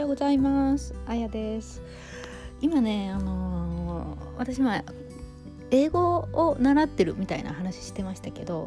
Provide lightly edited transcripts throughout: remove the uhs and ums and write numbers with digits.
ようございます。あやです。今ね、私英語を習ってるみたいな話してましたけど、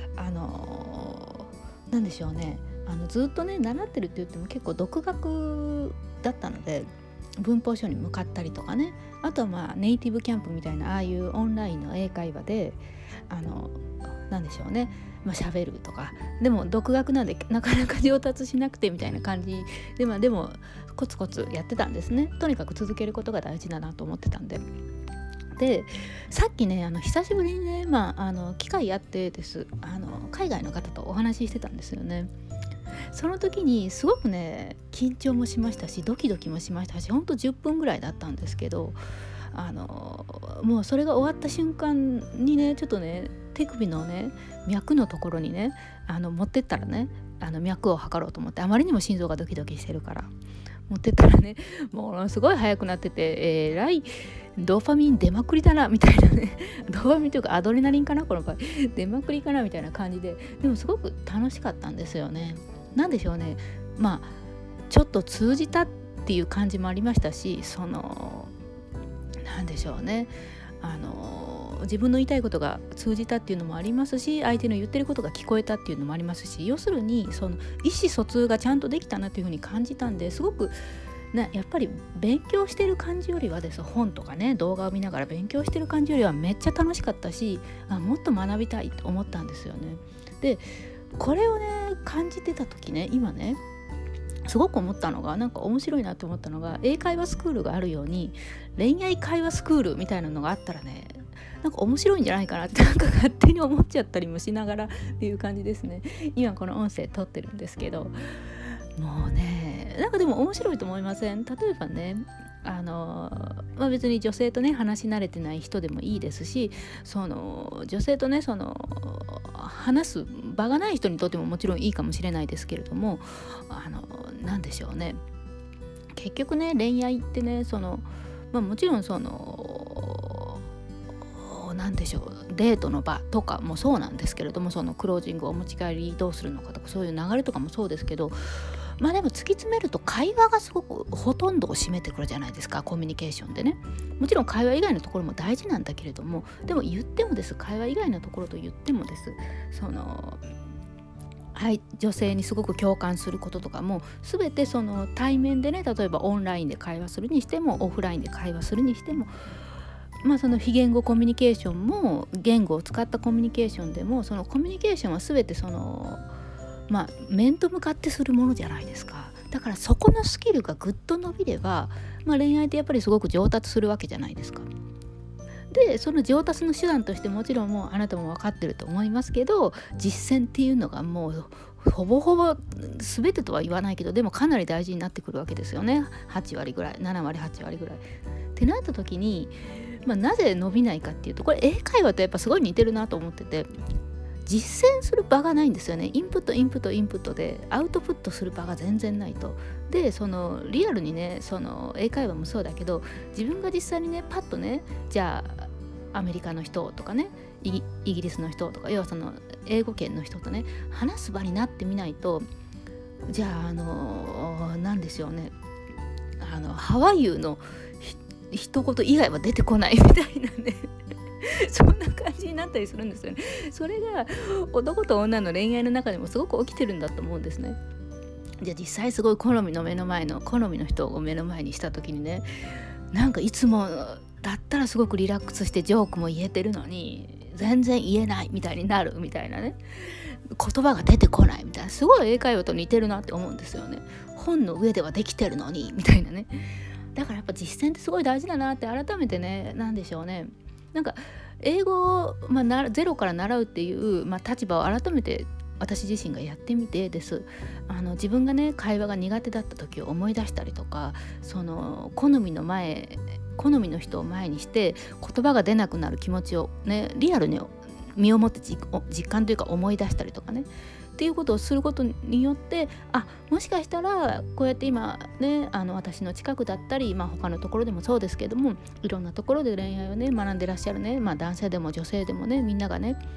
なんでしょうね。ずっとね習ってるって言っても結構独学だったので、文法書に向かったりとかね、あとはネイティブキャンプみたいなああいうオンラインの英会話でなんでしょうね、喋るとか、でも独学なんでなかなか上達しなくてみたいな感じで、でもコツコツやってたんですね。とにかく続けることが大事だなと思ってたんで。でさっきね久しぶりにね、機会あってです海外の方とお話ししてたんですよね。その時にすごくね緊張もしましたし、ドキドキもしましたし、ほんと10分ぐらいだったんですけど、もうそれが終わった瞬間にね、ちょっとね手首のね脈のところにね持ってったらね、脈を測ろうと思って、あまりにも心臓がドキドキしてるから持ってったらね、もうすごい速くなってて、ドーパミン出まくりだなみたいなねドーパミンというかアドレナリンかな、この場合出まくりかなみたいな感じで、でもすごく楽しかったんですよね。なんでしょうね、ちょっと通じたっていう感じもありましたし、なんでしょうね、自分の言いたいことが通じたっていうのもありますし、相手の言ってることが聞こえたっていうのもありますし、要するにその意思疎通がちゃんとできたなっていうふうに感じたんで、すごくやっぱり勉強してる感じよりはです、本とかね動画を見ながら勉強してる感じよりはめっちゃ楽しかったし、もっと学びたいと思ったんですよね。でこれをね感じてた時ね、今ねすごく思ったのが、なんか面白いなと思ったのが、英会話スクールがあるように恋愛会話スクールみたいなのがあったらね、なんか面白いんじゃないかなってなんか勝手に思っちゃったりもしながらっていう感じですね。今この音声撮ってるんですけど、もうねなんかでも面白いと思いません？例えばね別に女性とね話し慣れてない人でもいいですし、女性とね話す場がない人にとってももちろんいいかもしれないですけれども、なんでしょうね、結局ね恋愛ってねもちろんなんでしょう、デートの場とかもそうなんですけれども、そのクロージングをお持ち帰りどうするのかとか、そういう流れとかもそうですけど、でも突き詰めると会話がすごくほとんどを占めてくるじゃないですか、コミュニケーションでね。もちろん会話以外のところも大事なんだけれども、でも言ってもです、会話以外のところと言ってもです、女性にすごく共感することとかも全て対面でね、例えばオンラインで会話するにしてもオフラインで会話するにしても、非言語コミュニケーションも言語を使ったコミュニケーションでも、そのコミュニケーションは全て面と向かってするものじゃないですか。だからそこのスキルがぐっと伸びれば、恋愛ってやっぱりすごく上達するわけじゃないですか。でその上達の手段として、もちろんもうあなたも分かってると思いますけど、実践っていうのがもうほぼほぼ全てとは言わないけど、でもかなり大事になってくるわけですよね。8割ぐらい、7割8割ぐらいってなった時に、なぜ伸びないかっていうと、これ英会話とやっぱすごい似てるなと思ってて、実践する場がないんですよね。インプットインプットインプットでアウトプットする場が全然ないと。でリアルにね英会話もそうだけど、自分が実際にねパッとね、じゃあアメリカの人とかねイギリスの人とか、要は英語圏の人とね話す場になってみないと、じゃあなんでしょうね、ハワイユーの一言以外は出てこないみたいなねそんな感じになったりするんですよね。それが男と女の恋愛の中でもすごく起きてるんだと思うんですね。じゃあ実際すごい好みの人を目の前にした時にね、なんかいつもだったらすごくリラックスしてジョークも言えてるのに全然言えないみたいになるみたいなね、言葉が出てこないみたいな、すごい英会話と似てるなって思うんですよね。本の上ではできてるのにみたいなね。だからやっぱ実践ってすごい大事だなって改めてね、なんでしょうね、なんか英語を、ゼロから習うっていう、立場を改めて私自身がやってみてです。自分がね会話が苦手だった時を思い出したりとか、好みの人を前にして言葉が出なくなる気持ちをね、リアルに身をもって実感というか思い出したりとかねっていうことをすることによって、もしかしたらこうやって今ね私の近くだったり、他のところでもそうですけども、いろんなところで恋愛をね学んでらっしゃるね、男性でも女性でもね、みんながね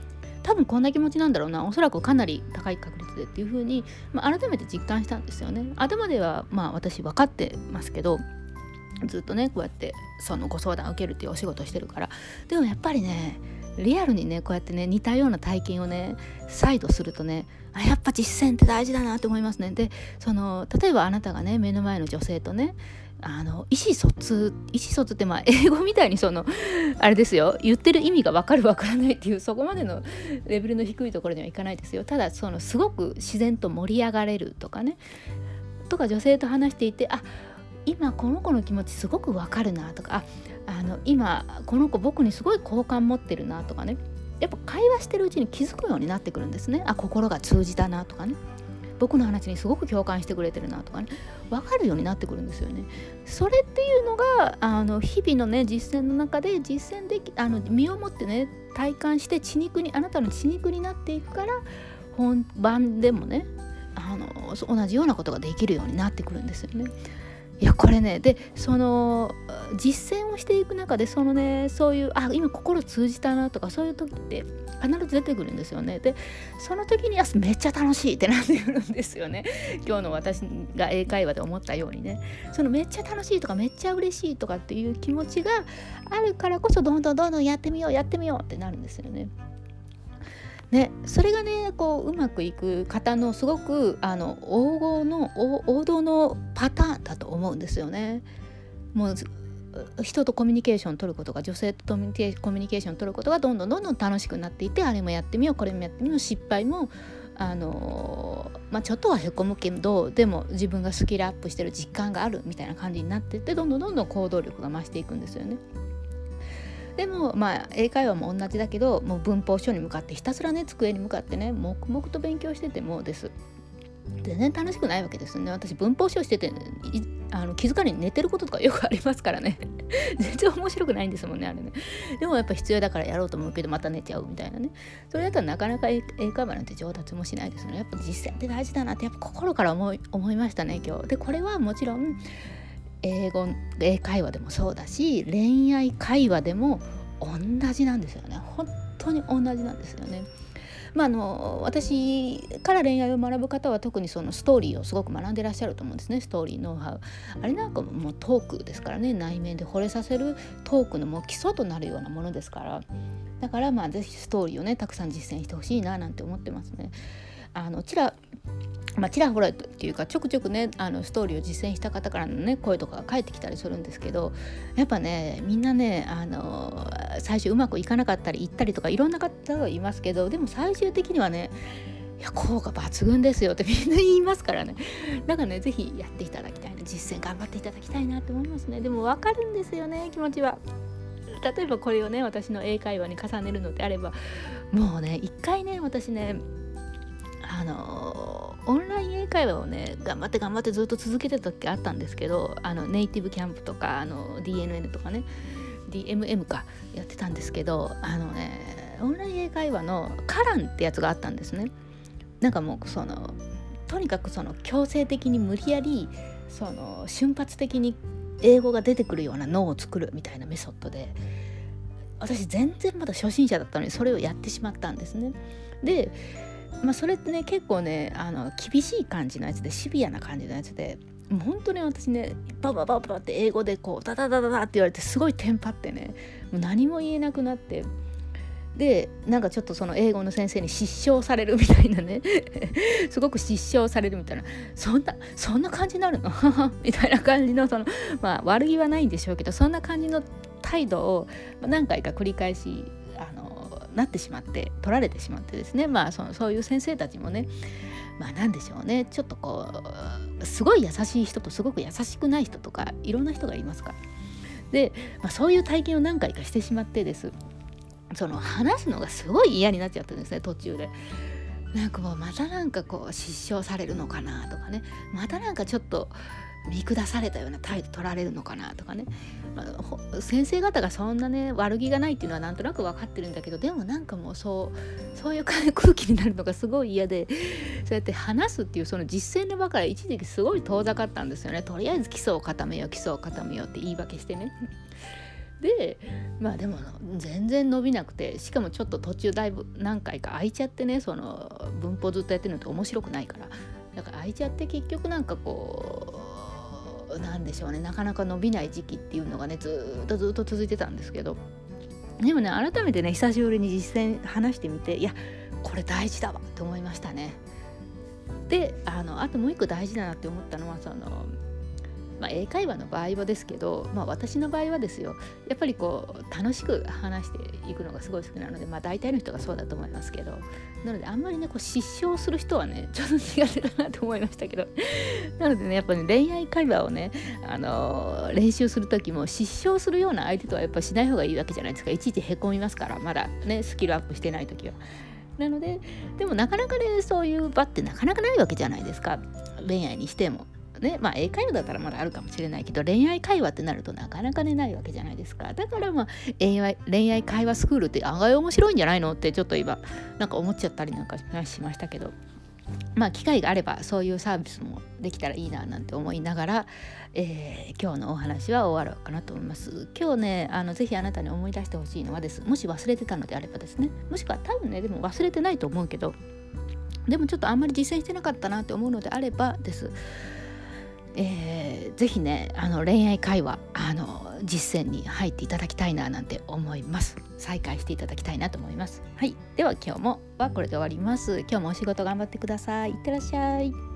多分こんな気持ちなんだろうな、おそらくかなり高い確率でっていう風に、改めて実感したんですよね。頭では私分かってますけど、ずっとねこうやってそのご相談を受けるっていうお仕事をしてるから。でもやっぱりねリアルにねこうやってね似たような体験をね再度するとね、やっぱ実践って大事だなと思いますね。で例えばあなたがね目の前の女性とね意思疎通って英語みたいにあれですよ、言ってる意味が分かる分からないっていうそこまでのレベルの低いところにはいかないですよ。ただすごく自然と盛り上がれるとかね、とか女性と話していて、今この子の気持ちすごく分かるなとか、今この子僕にすごい好感持ってるなとかね、やっぱ会話してるうちに気づくようになってくるんですね。心が通じたなとかね、僕の話にすごく共感してくれてるなとかね、分かるようになってくるんですよね。それっていうのが日々のね実践の中で実践でき身をもってね体感してあなたの血肉になっていくから、本番でもね同じようなことができるようになってくるんですよね。いやこれねで実践をしていく中でそういう今心通じたなとか、そういう時って必ず出てくるんですよね。でその時にめっちゃ楽しいってなってくるんですよね。今日の私が英会話で思ったようにね、めっちゃ楽しいとかめっちゃ嬉しいとかっていう気持ちがあるからこそ、どんどんやってみようってなるんですよね。それがねうまくいく方のすごく王道のパターンだと思うんですよね。もう人とコミュニケーションを取ることが、女性とコミュニケーションを取ることがどんどん楽しくなっていて、あれもやってみようこれもやってみよう、失敗もちょっとはへこむけど、でも自分がスキルアップしてる実感があるみたいな感じになっていって、どんどん行動力が増していくんですよね。でも英会話も同じだけど、もう文法書に向かってひたすらね机に向かってね黙々と勉強してても全然楽しくないわけですよね。私文法書してて気づかないに寝てることとかよくありますからね全然面白くないんですもんね、あれね。でもやっぱ必要だからやろうと思うけどまた寝ちゃうみたいなね。それだったらなかなか英会話なんて上達もしないですね。やっぱ実践って大事だなってやっぱ心から思いましたね今日で。これはもちろん英会話でもそうだし、恋愛会話でも同じなんですよね。本当に同じなんですよね。私から恋愛を学ぶ方は特にストーリーをすごく学んでらっしゃると思うんですね。ストーリーノウハウ、あれなんかもうトークですからね、内面で惚れさせるトークのもう基礎となるようなものですから、だからぜひストーリーをねたくさん実践してほしいななんて思ってますね。ちらほらっていうかちょくちょくねストーリーを実践した方からのね声とかが返ってきたりするんですけど、やっぱねみんなね最初うまくいかなかったり言ったりとかいろんな方がいますけど、でも最終的にはね効果抜群ですよってみんな言いますからね。だからねぜひやっていただきたいな、実践頑張っていただきたいなと思いますね。でも分かるんですよね、気持ちは。例えばこれをね私の英会話に重ねるのであれば、もうね一回ね私ねオンライン英会話をね頑張ってずっと続けてた時あったんですけど、ネイティブキャンプとかDNN とかね DMM かやってたんですけど、オンライン英会話のカランってやつがあったんですね。なんかもうとにかく強制的に無理やり瞬発的に英語が出てくるような脳を作るみたいなメソッドで、私全然まだ初心者だったのにそれをやってしまったんですね。でそれってね結構ね厳しい感じのやつで、シビアな感じのやつで、もう本当に私ねババって英語でダダって言われてすごいテンパってね、もう何も言えなくなって、でなんかちょっと英語の先生に失笑されるみたいなねすごく失笑されるみたいな、そんな感じになるのみたいな感じの悪気はないんでしょうけど、そんな感じの態度を何回か繰り返しなってしまって取られてしまってですね、そういう先生たちもねなんでしょうね、ちょっとすごい優しい人とすごく優しくない人とかいろんな人がいますから。で、そういう体験を何回かしてしまってです、話すのがすごい嫌になっちゃったんですね途中で。なんかもうまた失笑されるのかなとかね、またちょっと見下されたような態度取られるのかなとかね、先生方がそんなね悪気がないっていうのはなんとなく分かってるんだけど、でももうそういう空気になるのがすごい嫌で、そうやって話すっていう実践の場から一時期すごい遠ざかったんですよね。とりあえず基礎を固めようって言い訳してね。 でまあでも全然伸びなくて、しかもちょっと途中だいぶ何回か空いちゃってね、その文法ずっとやってるのって面白くないから、だから空いちゃって結局なんかこうなんでしょうね、なかなか伸びない時期っていうのがねずっと続いてたんですけど、でもね改めてね久しぶりに実践話してみて、いやこれ大事だわと思いましたね。であともう一個大事だなって思ったのは英会話の場合はですけど、私の場合はですよ、やっぱりこう楽しく話していくのがすごい好きなので、大体の人がそうだと思いますけど、なのであんまりねこう失笑する人はねちょっと苦手だなと思いましたけどなのでねやっぱり、恋愛会話をね、練習する時も失笑するような相手とはやっぱしない方がいいわけじゃないですか。いちいちへこみますから、まだねスキルアップしてない時は。なのででもなかなかねそういう場ってなかなかないわけじゃないですか、恋愛にしてもね。英会話だったらまだあるかもしれないけど、恋愛会話ってなるとなかなかねないわけじゃないですか。だから恋愛会話スクールって案外面白いんじゃないのってちょっと今なんか思っちゃったりなんかしましたけど、機会があればそういうサービスもできたらいいななんて思いながら、今日のお話は終わろうかなと思います。今日ねぜひあなたに思い出してほしいのはです、もし忘れてたのであればですね、もしくは多分ねでも忘れてないと思うけど、でもちょっとあんまり実践してなかったなって思うのであればです、ぜひね恋愛会話実践に入っていただきたいななんて思います。再開していただきたいなと思います。はい、では今日もはこれで終わります。今日もお仕事頑張ってください。いってらっしゃい。